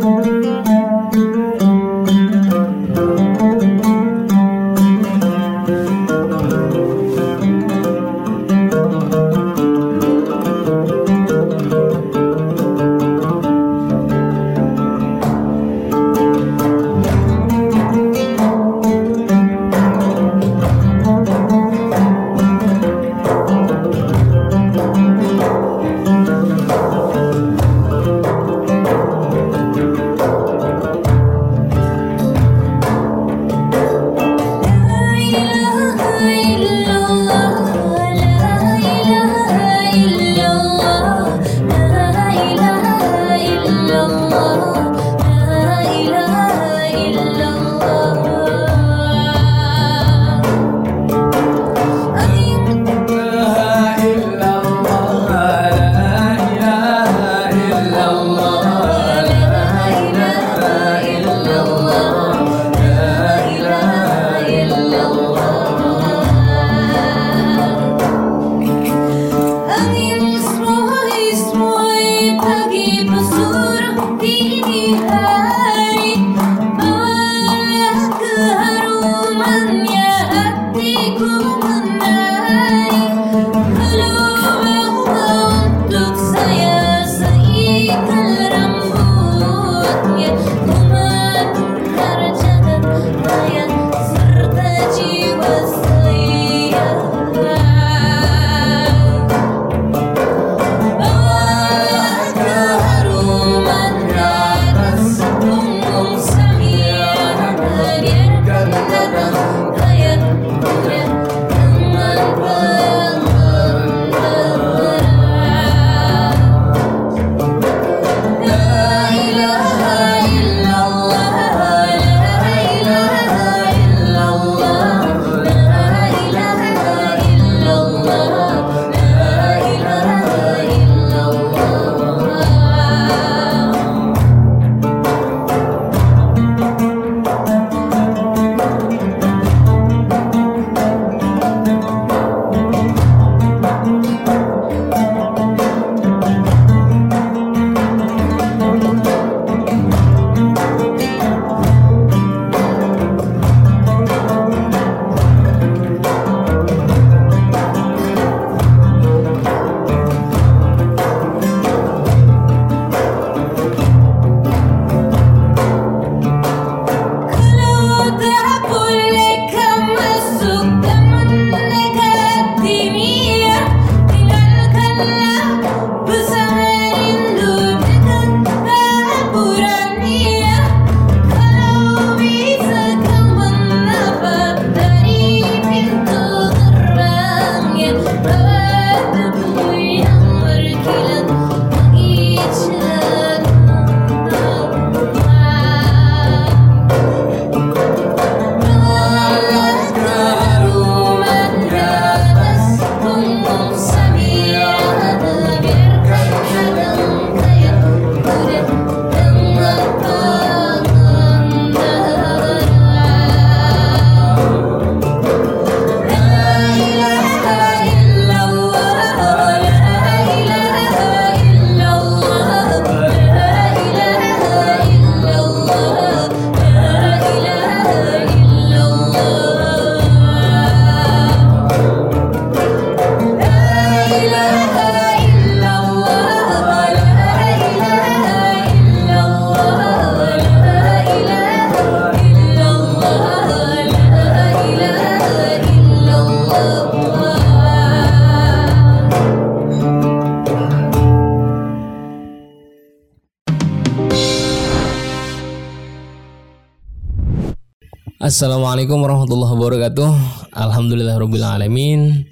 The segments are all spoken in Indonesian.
Assalamualaikum warahmatullahi wabarakatuh. Alhamdulillahirabbil alamin.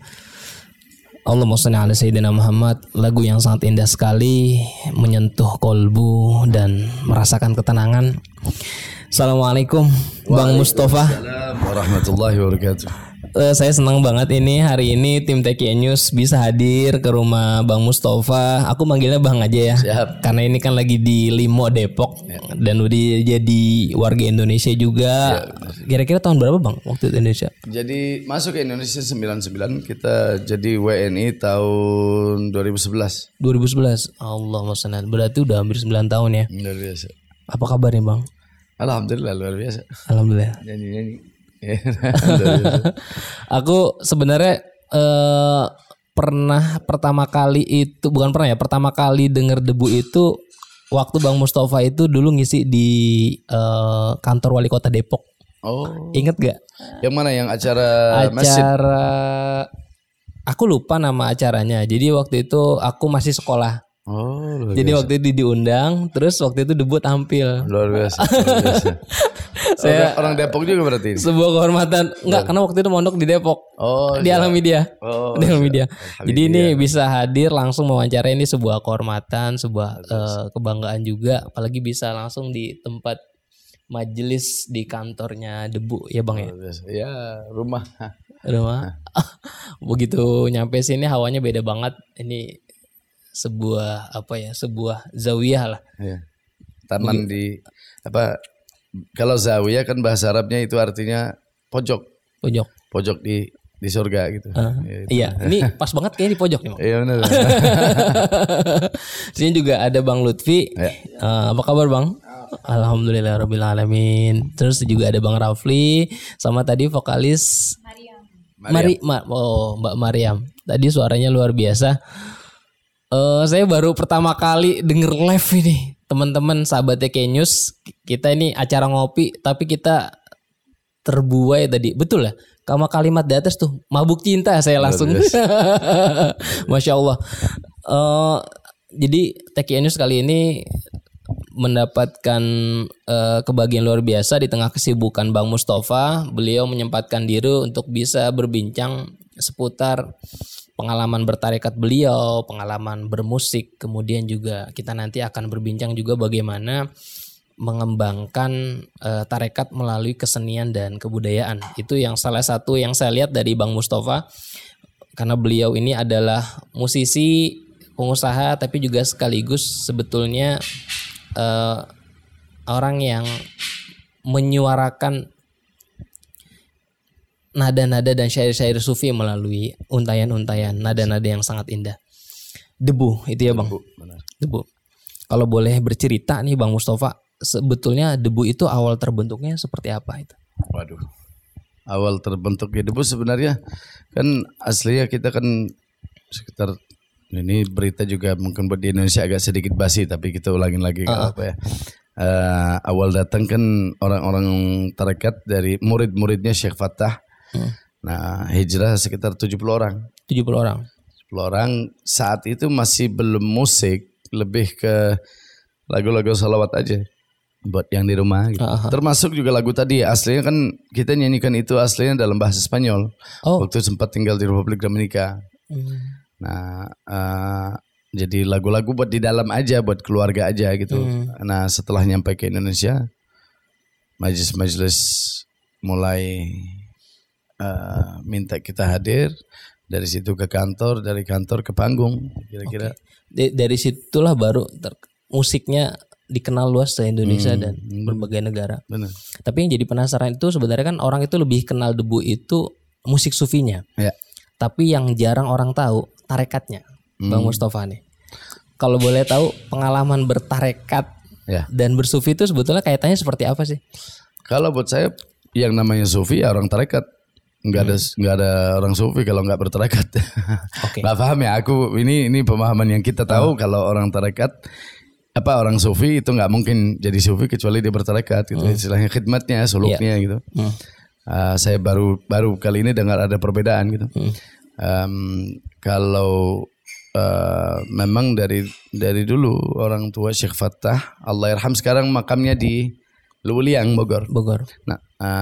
Allahumma shalli ala sayyidina Muhammad. Lagu yang sangat indah sekali, menyentuh kolbu dan merasakan ketenangan. Assalamualaikum Bang Mustafa. Waalaikumsalam warahmatullahi wabarakatuh. Saya senang banget ini hari ini tim TKI News bisa hadir ke rumah Bang Mustafa. Aku manggilnya Bang aja ya. Siap. Karena ini kan lagi di Limo Depok dan udah jadi warga Indonesia juga. Kira-kira tahun berapa Bang waktu di Indonesia? Jadi masuk ke Indonesia 99, kita jadi WNI tahun 2011. 2011. Allahumma shalli. Berarti udah hampir 9 tahun ya. Luar biasa. Apa kabar nih Bang? Alhamdulillah luar biasa. Alhamdulillah. Nyanyi. Aku sebenarnya pertama kali denger debu itu waktu Bang Mustafa itu dulu ngisi di kantor wali kota Depok. Oh. Ingat gak? Yang mana yang acara masjid? Aku lupa nama acaranya. Jadi waktu itu aku masih sekolah. Oh, luar jadi biasa. waktu itu diundang, terus waktu itu debut tampil. Luar biasa. Saya orang Depok juga berarti. Sebuah kehormatan. Enggak, karena waktu itu mondok di Depok. Oh, di Alam Media. Oh, di Alam Media. Jadi ini bisa hadir langsung mewawancara, ini sebuah kehormatan, sebuah kebanggaan juga, apalagi bisa langsung di tempat majelis di kantornya debu ya Bang ya. Ya, rumah. Begitu nyampe sini hawanya beda banget. Ini sebuah sebuah zawiyah lah. Ya. Taman di apa? Kalau zawiyah kan bahasa Arabnya itu artinya pojok. Pojok di surga gitu. Iya, ini pas banget kayaknya di pojok nih Bang. Iya benar. Sini juga ada Bang Lutfi. Ya. Apa kabar Bang? Alhamdulillahirabbil alamin. Terus juga ada Bang Rafli sama tadi vokalis Mbak Mariam. Tadi suaranya luar biasa. Saya baru pertama kali denger live ini, teman-teman sahabat TK News. Kita ini acara ngopi, tapi kita terbuai tadi, betul ya? Sama kalimat di atas tuh, mabuk cinta saya langsung. Masya Allah. Jadi TK News kali ini mendapatkan kebahagiaan luar biasa di tengah kesibukan Bang Mustafa. Beliau menyempatkan diri untuk bisa berbincang seputar pengalaman bertarekat beliau, pengalaman bermusik, kemudian juga kita nanti akan berbincang juga bagaimana mengembangkan tarekat melalui kesenian dan kebudayaan. Itu yang salah satu yang saya lihat dari Bang Mustafa, karena beliau ini adalah musisi, pengusaha, tapi juga sekaligus sebetulnya orang yang menyuarakan nada-nada dan syair-syair sufi melalui untayan-untayan nada-nada yang sangat indah. Debu itu ya Bang. Debu. Kalau boleh bercerita nih Bang Mustafa, sebetulnya debu itu awal terbentuknya seperti apa itu? Waduh. Awal terbentuknya debu sebenarnya kan aslinya kita kan sekitar, ini berita juga mungkin buat di Indonesia agak sedikit basi, tapi kita ulangin lagi apa ya. Awal datang kan orang-orang tarekat dari murid-muridnya Syekh Fattah. Nah, hijrah sekitar 70 orang. 70 orang. 10 orang saat itu masih belum musik, lebih ke lagu-lagu salawat aja buat yang di rumah gitu. Termasuk juga lagu tadi, aslinya kan kita nyanyikan itu aslinya dalam bahasa Spanyol. Waktu sempat tinggal di Republik Dominika. Nah, jadi lagu-lagu buat di dalam aja, buat keluarga aja gitu. Nah, setelah nyampe ke Indonesia, majelis-majelis mulai minta kita hadir, dari situ ke kantor, dari kantor ke panggung, kira-kira. Dari situlah baru musiknya dikenal luas se Indonesia dan berbagai negara. Benar. Tapi yang jadi penasaran itu sebenarnya kan orang itu lebih kenal debu itu musik sufinya. Ya. Tapi yang jarang orang tahu tarekatnya, Bang Mustafa nih. Kalau boleh tahu pengalaman bertarekat dan bersufi itu sebetulnya kaitannya seperti apa sih? Kalau buat saya yang namanya sufi ya orang tarekat. Nggak ada orang sufi kalau nggak bertarekat. Nggak paham ya aku, ini pemahaman yang kita tahu. Kalau orang tarekat orang sufi itu nggak mungkin jadi sufi kecuali dia bertarekat gitu. Istilahnya khidmatnya, suluknya gitu. Saya baru kali ini dengar ada perbedaan gitu. Kalau memang dari dulu orang tua Syekh Fattah Allahyarham, sekarang makamnya di Luwiliang, Bogor. Nah,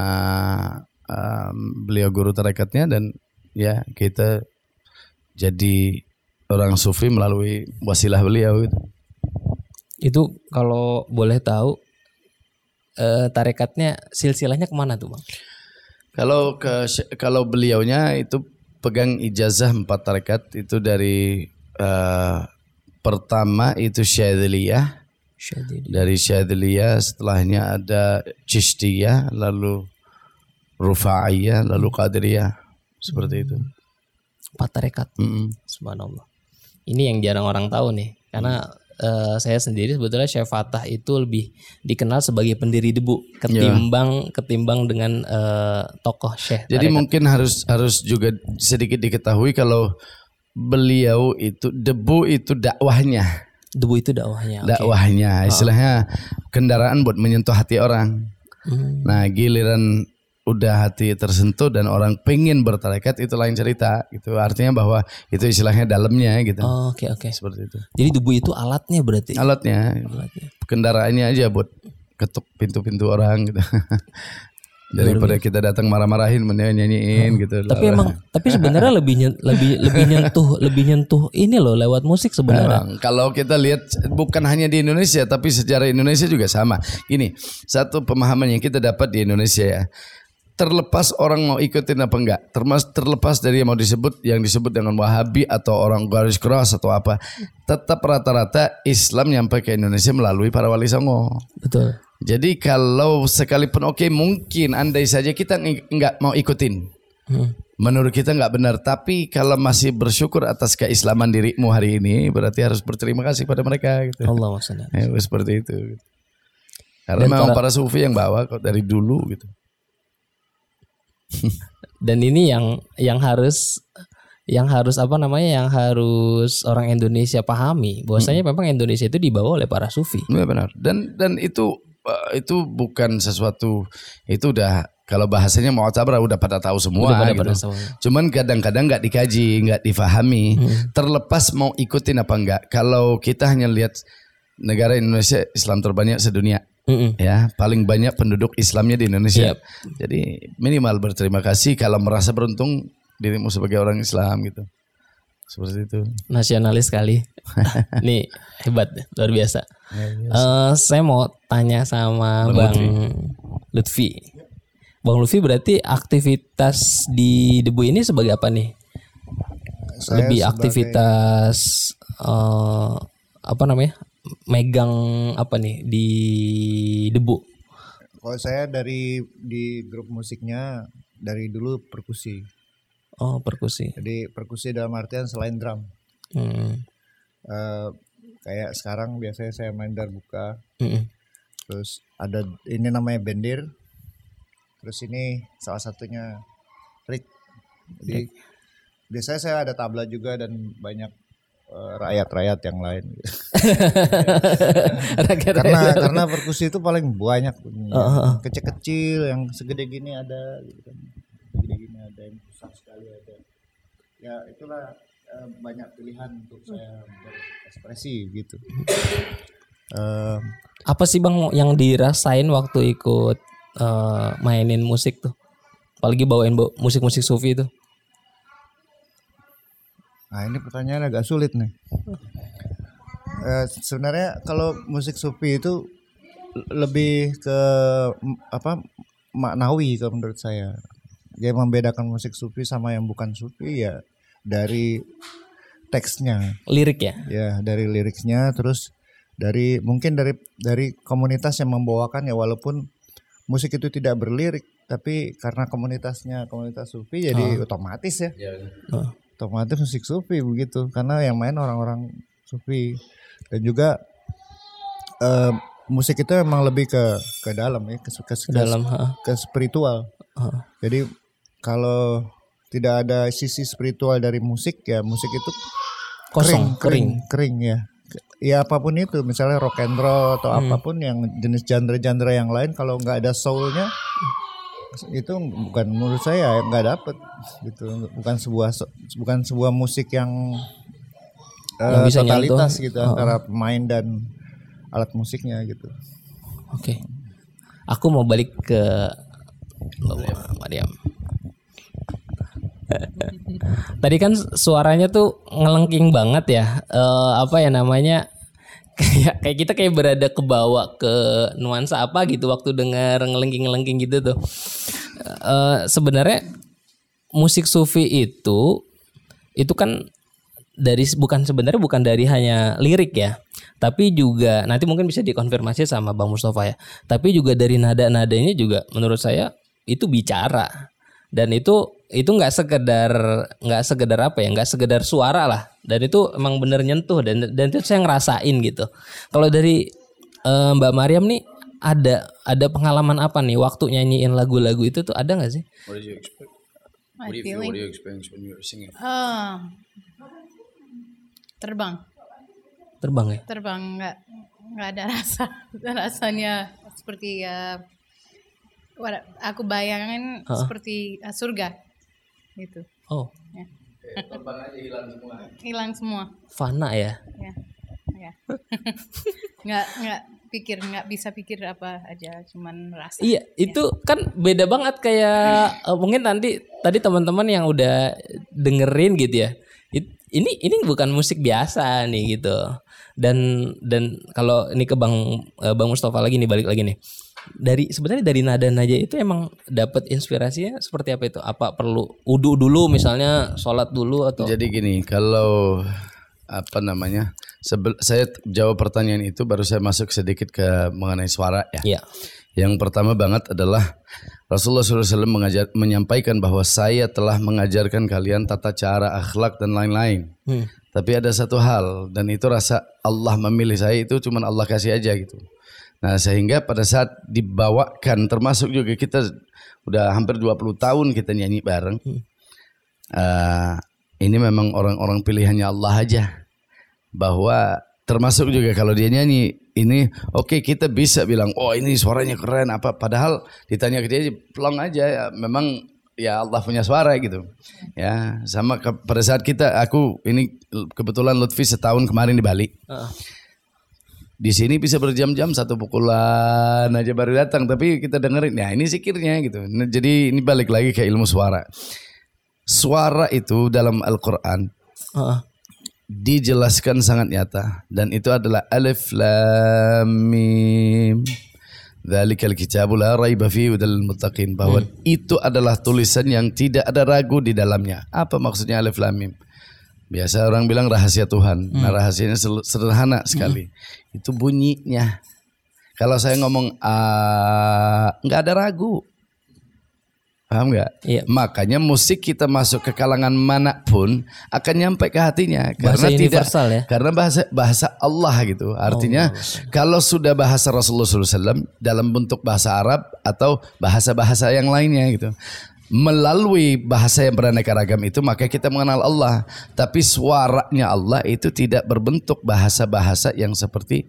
beliau guru tarekatnya dan ya kita jadi orang sufi melalui wasilah beliau gitu. Itu kalau boleh tahu tarekatnya silsilahnya kemana tuh Bang? Kalau beliaunya itu pegang ijazah 4 tarekat itu dari pertama itu Syadziliyah. Dari Syadziliyah setelahnya ada Chishtiyah, lalu Rufa'iyah, lalu Qadiriyah, seperti itu. 4 tarekat. Subhanallah. Ini yang jarang orang tahu nih, karena saya sendiri sebetulnya Syekh Fatah itu lebih dikenal sebagai pendiri debu ketimbang dengan tokoh Syekh. Jadi mungkin harus juga sedikit diketahui kalau beliau itu debu itu dakwahnya. Debu itu dakwahnya. Dakwahnya istilahnya kendaraan buat menyentuh hati orang. Nah, giliran udah hati tersentuh dan orang pengen bertarekat itu lain cerita gitu. Artinya bahwa itu istilahnya dalamnya gitu. Oke. Seperti itu. Jadi debu itu alatnya berarti. Alatnya. Kendaraannya aja buat ketuk pintu-pintu orang gitu. Daripada kita datang marah-marahin nyanyiin gitu. Tapi sebenarnya lebih nyentuh ini loh lewat musik sebenarnya. Memang, kalau kita lihat bukan hanya di Indonesia tapi sejarah Indonesia juga sama. Gini, satu pemahaman yang kita dapat di Indonesia ya. Terlepas orang mau ikutin apa enggak, terlepas dari yang disebut dengan Wahabi atau orang garis keras atau apa, tetap rata-rata Islam nyampe ke Indonesia melalui para wali songo. Betul. Jadi kalau sekalipun mungkin andai saja kita enggak mau ikutin, menurut kita enggak benar, tapi kalau masih bersyukur atas keislaman dirimu hari ini, berarti harus berterima kasih pada mereka. Gitu. Allah SWT. Seperti itu. Karena memang para sufi yang bawa kok dari dulu gitu. Dan ini yang harus orang Indonesia pahami bahwasanya memang Indonesia itu dibawa oleh para sufi. Ya, benar. Dan itu bukan sesuatu, itu udah kalau bahasanya mu'tabar udah pada tahu semua gitu. Cuman kadang-kadang nggak dikaji, nggak difahami. Terlepas mau ikutin apa enggak. Kalau kita hanya lihat negara Indonesia Islam terbanyak sedunia. Ya, paling banyak penduduk Islamnya di Indonesia. Jadi minimal berterima kasih kalau merasa beruntung dirimu sebagai orang Islam gitu. Seperti itu. Nasionalis sekali. Nih hebat, luar biasa. Saya mau tanya sama Bang Lutfi. Bang Lutfi berarti aktivitas di Debu ini sebagai apa nih? Lebih aktivitas megang apa nih di Debu? Kalau saya di grup musiknya dari dulu perkusi. Oh, perkusi. Jadi perkusi dalam artian selain drum. Kayak sekarang biasanya saya main darbuka. Terus ada ini namanya bendir. Terus ini salah satunya rig. Jadi biasanya saya ada tabla juga dan banyak rakyat-rakyat yang lain. Karena perkusi itu paling banyak, kecil-kecil yang segede gini ada, gitu kan. Segede gini ada, yang besar sekali ada. Ya itulah banyak pilihan untuk saya berekspresi gitu. Apa sih Bang yang dirasain waktu ikut mainin musik tuh? Apalagi bawain musik-musik sufi itu? Nah ini pertanyaan agak sulit nih. Sebenarnya kalau musik sufi itu lebih ke maknawi kalau menurut saya. Yang membedakan musik sufi sama yang bukan sufi ya dari teksnya, lirik ya. Ya dari liriknya, terus mungkin dari komunitas yang membawakan ya, walaupun musik itu tidak berlirik tapi karena komunitasnya komunitas sufi jadi otomatis ya. Otomatis musik sufi begitu, karena yang main orang-orang sufi. Dan juga musik itu memang lebih ke dalam ya, ke spiritual. Jadi kalau tidak ada sisi spiritual dari musik ya musik itu kering ya. Ya apapun itu, misalnya rock and roll atau apapun yang jenis genre-genre yang lain, kalau nggak ada soulnya itu bukan, menurut saya nggak dapet gitu. Bukan sebuah musik yang bisa totalitas nyantuh, gitu antara pemain dan alat musiknya gitu. Oke. Aku mau balik ke Mariam. Tadi kan suaranya tuh ngelengking banget ya. Kayak kita kayak berada ke bawah ke nuansa apa gitu waktu dengar ngelengking gitu tuh. Sebenarnya musik sufi itu kan bukan dari hanya lirik ya, tapi juga nanti mungkin bisa dikonfirmasi sama Bang Mustafa ya. Tapi juga dari nada-nadanya juga menurut saya itu bicara. Dan itu nggak sekedar apa ya, nggak sekedar suara lah. Dan itu emang bener nyentuh dan itu saya ngerasain gitu. Kalau dari Mbak Mariam nih ada pengalaman apa nih waktu nyanyiin lagu-lagu itu tuh, ada nggak sih? What do you experience when you're singing? Terbang ya? Terbang, nggak ada rasanya seperti aku bayangin seperti surga gitu. Oh. Ya. Terbang aja hilang semua. Fana ya? Ya. nggak bisa pikir apa aja, cuman rasa. Iya, itu kan beda banget kayak mungkin tadi teman-teman yang udah dengerin gitu ya. Ini bukan musik biasa nih gitu. Dan kalau ini ke Bang Mustafa lagi nih, balik lagi nih. Sebenarnya dari nada aja itu emang dapat inspirasinya seperti apa itu? Apa perlu wudu dulu misalnya, sholat dulu atau? Jadi gini, kalau saya jawab pertanyaan itu baru saya masuk sedikit ke mengenai suara ya. Iya. Yang pertama banget adalah Rasulullah SAW menyampaikan bahwa saya telah mengajarkan kalian tata cara, akhlak dan lain-lain. Tapi ada satu hal, dan itu rasa Allah memilih saya itu cuman Allah kasih aja gitu. Nah sehingga pada saat dibawakan, termasuk juga kita udah hampir 20 tahun kita nyanyi bareng. Ini memang orang-orang pilihannya Allah aja. Bahwa termasuk juga kalau dia nyanyi ini oke, kita bisa bilang oh ini suaranya keren apa, padahal ditanya ke dia plong aja ya, memang ya Allah punya suara gitu ya. Sama pada saat aku ini kebetulan Lutfi setahun kemarin di Bali. Di sini bisa berjam-jam satu pukulan aja baru datang, tapi kita dengerin ya ini zikirnya gitu. Nah, jadi ini balik lagi ke ilmu suara. Suara itu dalam Al-Quran dijelaskan sangat nyata, dan itu adalah alif lam mim dzalikal kitabu la raiba fihi hudal muttaqin, bahwa itu adalah tulisan yang tidak ada ragu di dalamnya. Apa maksudnya alif lam mim? Biasa orang bilang rahasia Tuhan. Nah rahasianya sederhana sekali. Itu bunyinya. Kalau saya ngomong nggak ada ragu. Paham nggak? Iya. Makanya musik kita masuk ke kalangan manapun akan nyampe ke hatinya. Bahasa karena universal ya? Karena bahasa Allah gitu. Artinya kalau sudah bahasa Rasulullah SAW dalam bentuk bahasa Arab atau bahasa-bahasa yang lainnya gitu. Melalui bahasa yang beraneka ragam itu maka kita mengenal Allah. Tapi suaranya Allah itu tidak berbentuk bahasa-bahasa yang seperti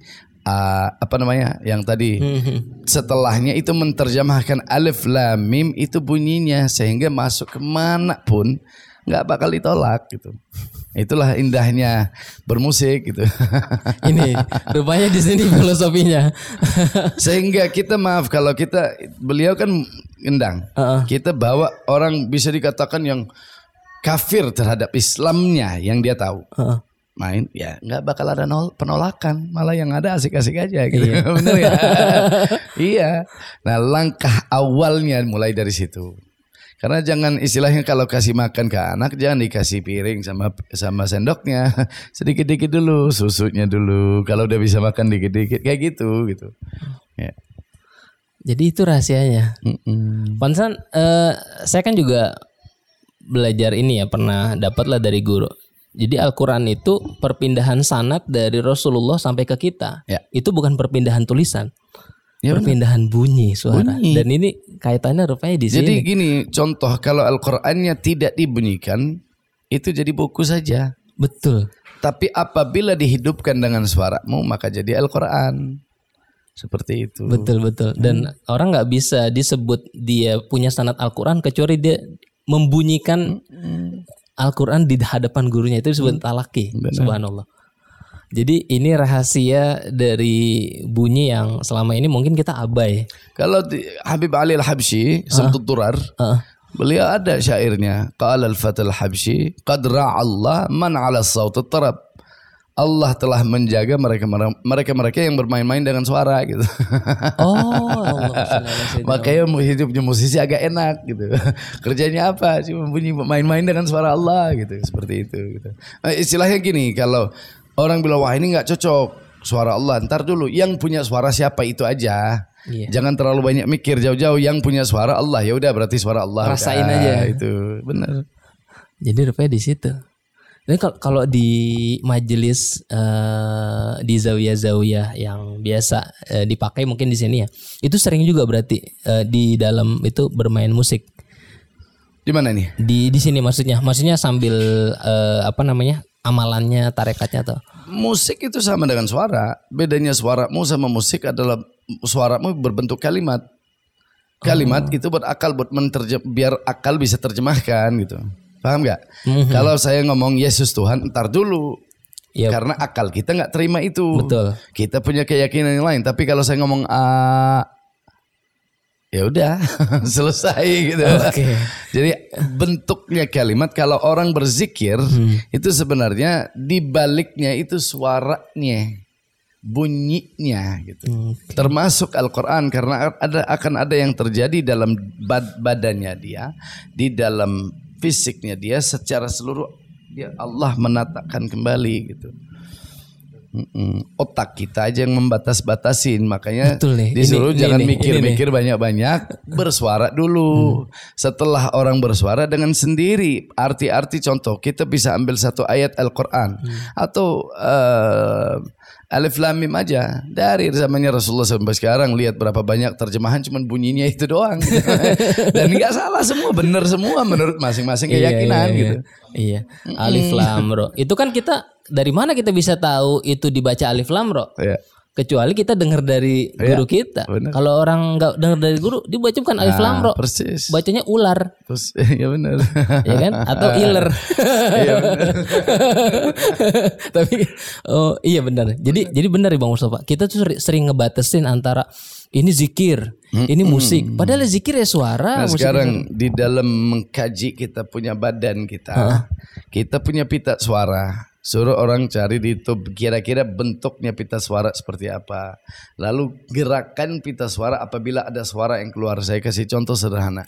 yang tadi setelahnya itu menterjemahkan alif lam mim itu bunyinya sehingga masuk kemana pun nggak bakal ditolak gitu. Itulah indahnya bermusik gitu. Ini rupanya di sini filosofinya. Sehingga kita kalau beliau kan gendang. Kita bawa orang bisa dikatakan yang kafir terhadap Islamnya yang dia tahu. Main ya nggak bakal ada penolakan, malah yang ada asik-asik aja gitu. Iya. Bener ya? Iya. Nah langkah awalnya mulai dari situ. Karena jangan istilahnya kalau kasih makan ke anak jangan dikasih piring sama sendoknya, sedikit-dikit dulu, susunya dulu. Kalau udah bisa makan dikit-dikit kayak gitu. Ya. Jadi itu rahasianya. Pantesan saya kan juga belajar ini ya, pernah dapatlah dari guru. Jadi Al-Quran itu perpindahan sanad dari Rasulullah sampai ke kita. Ya. Itu bukan perpindahan tulisan. Ya, perpindahan bunyi suara. Dan ini kaitannya rupanya di sini. Jadi gini, contoh kalau Al-Qur'annya tidak dibunyikan, itu jadi buku saja. Betul. Tapi apabila dihidupkan dengan suaramu, maka jadi Al-Qur'an. Seperti itu. Betul. Dan orang nggak bisa disebut dia punya sanad Al-Qur'an kecuali dia membunyikan Al-Qur'an di hadapan gurunya, itu disebut talaki. Subhanallah. Jadi ini rahasia dari bunyi yang selama ini mungkin kita abai. Kalau Habib Ali Al-Habsyi, Samtud Durar, beliau ada syairnya. Qala al-fatal Habsyi, qad ra'allah man 'ala as-sawt at-tarab. Allah telah menjaga mereka yang bermain-main dengan suara gitu. Makanya hidupnya musisi agak enak gitu. Kerjanya apa? Cuma bunyi main-main dengan suara Allah gitu. Seperti itu gitu. Istilahnya gini, kalau orang bilang wah ini nggak cocok suara Allah, ntar dulu yang punya suara siapa itu aja. Iya. Jangan terlalu banyak mikir jauh-jauh. Yang punya suara Allah, ya udah berarti suara Allah. Rasain aja. Itu benar. Jadi rupanya di situ. Dan kalau di majelis di zawiyah-zawiyah yang biasa dipakai mungkin di sini ya, itu sering juga berarti di dalam itu bermain musik. Di mana nih? Di sini maksudnya sambil amalannya, tarekatnya atau? Musik itu sama dengan suara. Bedanya suaramu sama musik adalah suaramu berbentuk kalimat. Kalimat itu buat akal, biar akal bisa terjemahkan gitu. Paham gak? Kalau saya ngomong Yesus Tuhan, ntar dulu. Yep. Karena akal kita gak terima itu. Betul. Kita punya keyakinan yang lain. Tapi kalau saya ngomong ya udah selesai gitu. Okay. Jadi bentuknya kalimat kalau orang berzikir itu sebenarnya di baliknya itu suaranya, bunyinya gitu. Okay. Termasuk Al-Qur'an karena akan ada yang terjadi dalam badannya dia, di dalam fisiknya dia secara seluruh dia Allah menatakan kembali gitu. Otak kita aja yang membatas-batasin, makanya disuruh jangan mikir-mikir banyak-banyak, bersuara dulu. Setelah orang bersuara dengan sendiri, arti-arti contoh kita bisa ambil satu ayat Al-Quran atau Alif Lam Mim aja dari zamannya Rasulullah sampai sekarang, lihat berapa banyak terjemahan cuman bunyinya itu doang gitu. Dan nggak salah semua, benar semua menurut masing-masing keyakinan gitu. Iya. Alif Lam Ra. Itu kan kita dari mana kita bisa tahu itu dibaca Alif Lam Ra? Iya. Kecuali kita dengar dari guru kita. Kalau orang nggak dengar dari guru, dia baca bukan Alif Lam Ra. Persis. Bacanya ular. Iya benar. Ya kan? Atau iler. Iya benar. Tapi iya benar. Jadi benar ya Bang Mustafa. Kita tuh sering ngebatasin antara ini zikir, ini musik. Padahal zikir ya suara. Nah, sekarang di dalam mengkaji kita punya badan kita, kita punya pita suara. Suruh orang cari di YouTube kira-kira bentuknya pita suara seperti apa. Lalu gerakan pita suara apabila ada suara yang keluar. Saya kasih contoh sederhana.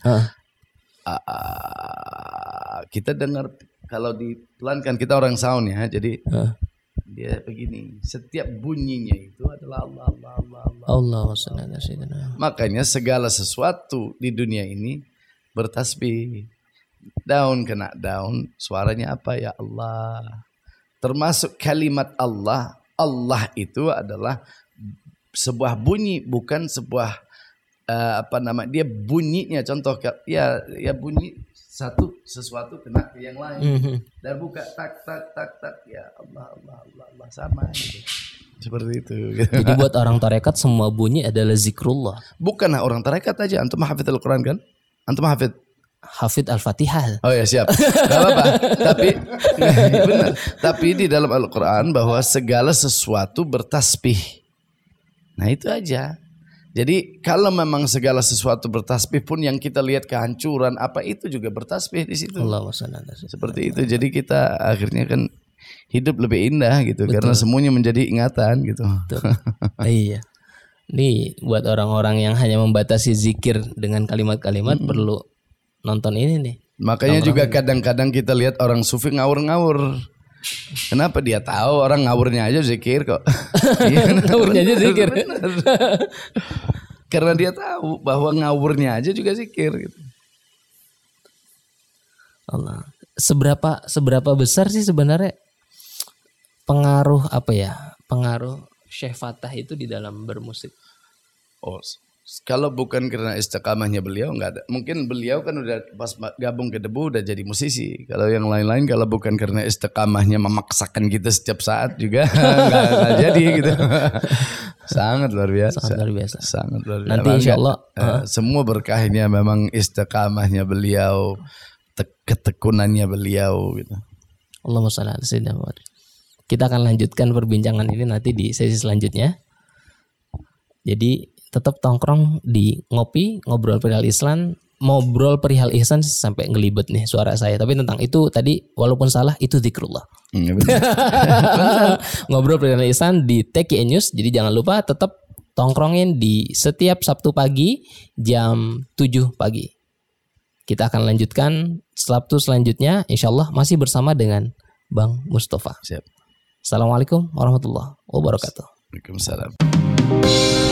Kita dengar kalau dipelankan, kita orang sound ya. Jadi dia begini. Setiap bunyinya itu adalah Allah. Makanya segala sesuatu di dunia ini bertasbih. Daun kena daun, suaranya apa? Ya Allah. Termasuk kalimat Allah. Allah itu adalah sebuah bunyi, bukan sebuah dia bunyinya contoh ya bunyi sesuatu kena ke yang lain. Dan buka tak ya Allah sama gitu. Seperti itu. Jadi buat orang tarekat semua bunyi adalah zikrullah. Bukan orang tarekat aja, antum hafid Al-Quran kan? Antum Hafid Al-Fatihah. Oh ya siap. Gak apa-apa. Benar. Tapi di dalam Al-Quran bahwa segala sesuatu bertasbih. Nah itu aja. Jadi kalau memang segala sesuatu bertasbih pun yang kita lihat kehancuran apa itu juga bertasbih di situ. Seperti itu. Jadi kita akhirnya kan hidup lebih indah gitu. Betul. Karena semuanya menjadi ingatan gitu. Iya. Nih buat orang-orang yang hanya membatasi zikir dengan kalimat-kalimat perlu nonton ini nih. Makanya juga kadang-kadang kita lihat orang sufi ngawur-ngawur. Kenapa dia tahu orang ngawurnya aja zikir kok. Ngawurnya aja zikir. Karena dia tahu bahwa ngawurnya aja juga zikir gitu. Allah. Seberapa besar sih sebenarnya pengaruh Syekh Fatah itu di dalam bermusik? Kalau bukan karena istiqamahnya beliau nggak ada. Mungkin beliau kan udah pas gabung ke Debu udah jadi musisi. Kalau yang lain-lain kalau bukan karena istiqamahnya memaksakan kita setiap saat juga nggak jadi gitu. Sangat luar biasa. Sangat luar biasa. Nanti insya Allah semua berkahnya memang istiqamahnya beliau, ketekunannya beliau gitu. Allahumma shalli ala sayyidina Muhammad. Kita akan lanjutkan perbincangan ini nanti di sesi selanjutnya. Jadi tetap tongkrong di ngopi, ngobrol perihal ihsan sampai ngelibet nih suara saya. Tapi tentang itu tadi walaupun salah itu zikrullah. Ngobrol perihal ihsan di TKI News. Jadi jangan lupa tetap tongkrongin di setiap Sabtu pagi jam 7 pagi. Kita akan lanjutkan Sabtu selanjutnya insyaallah masih bersama dengan Bang Mustafa. Siap. Assalamualaikum warahmatullahi wabarakatuh. Waalaikumsalam.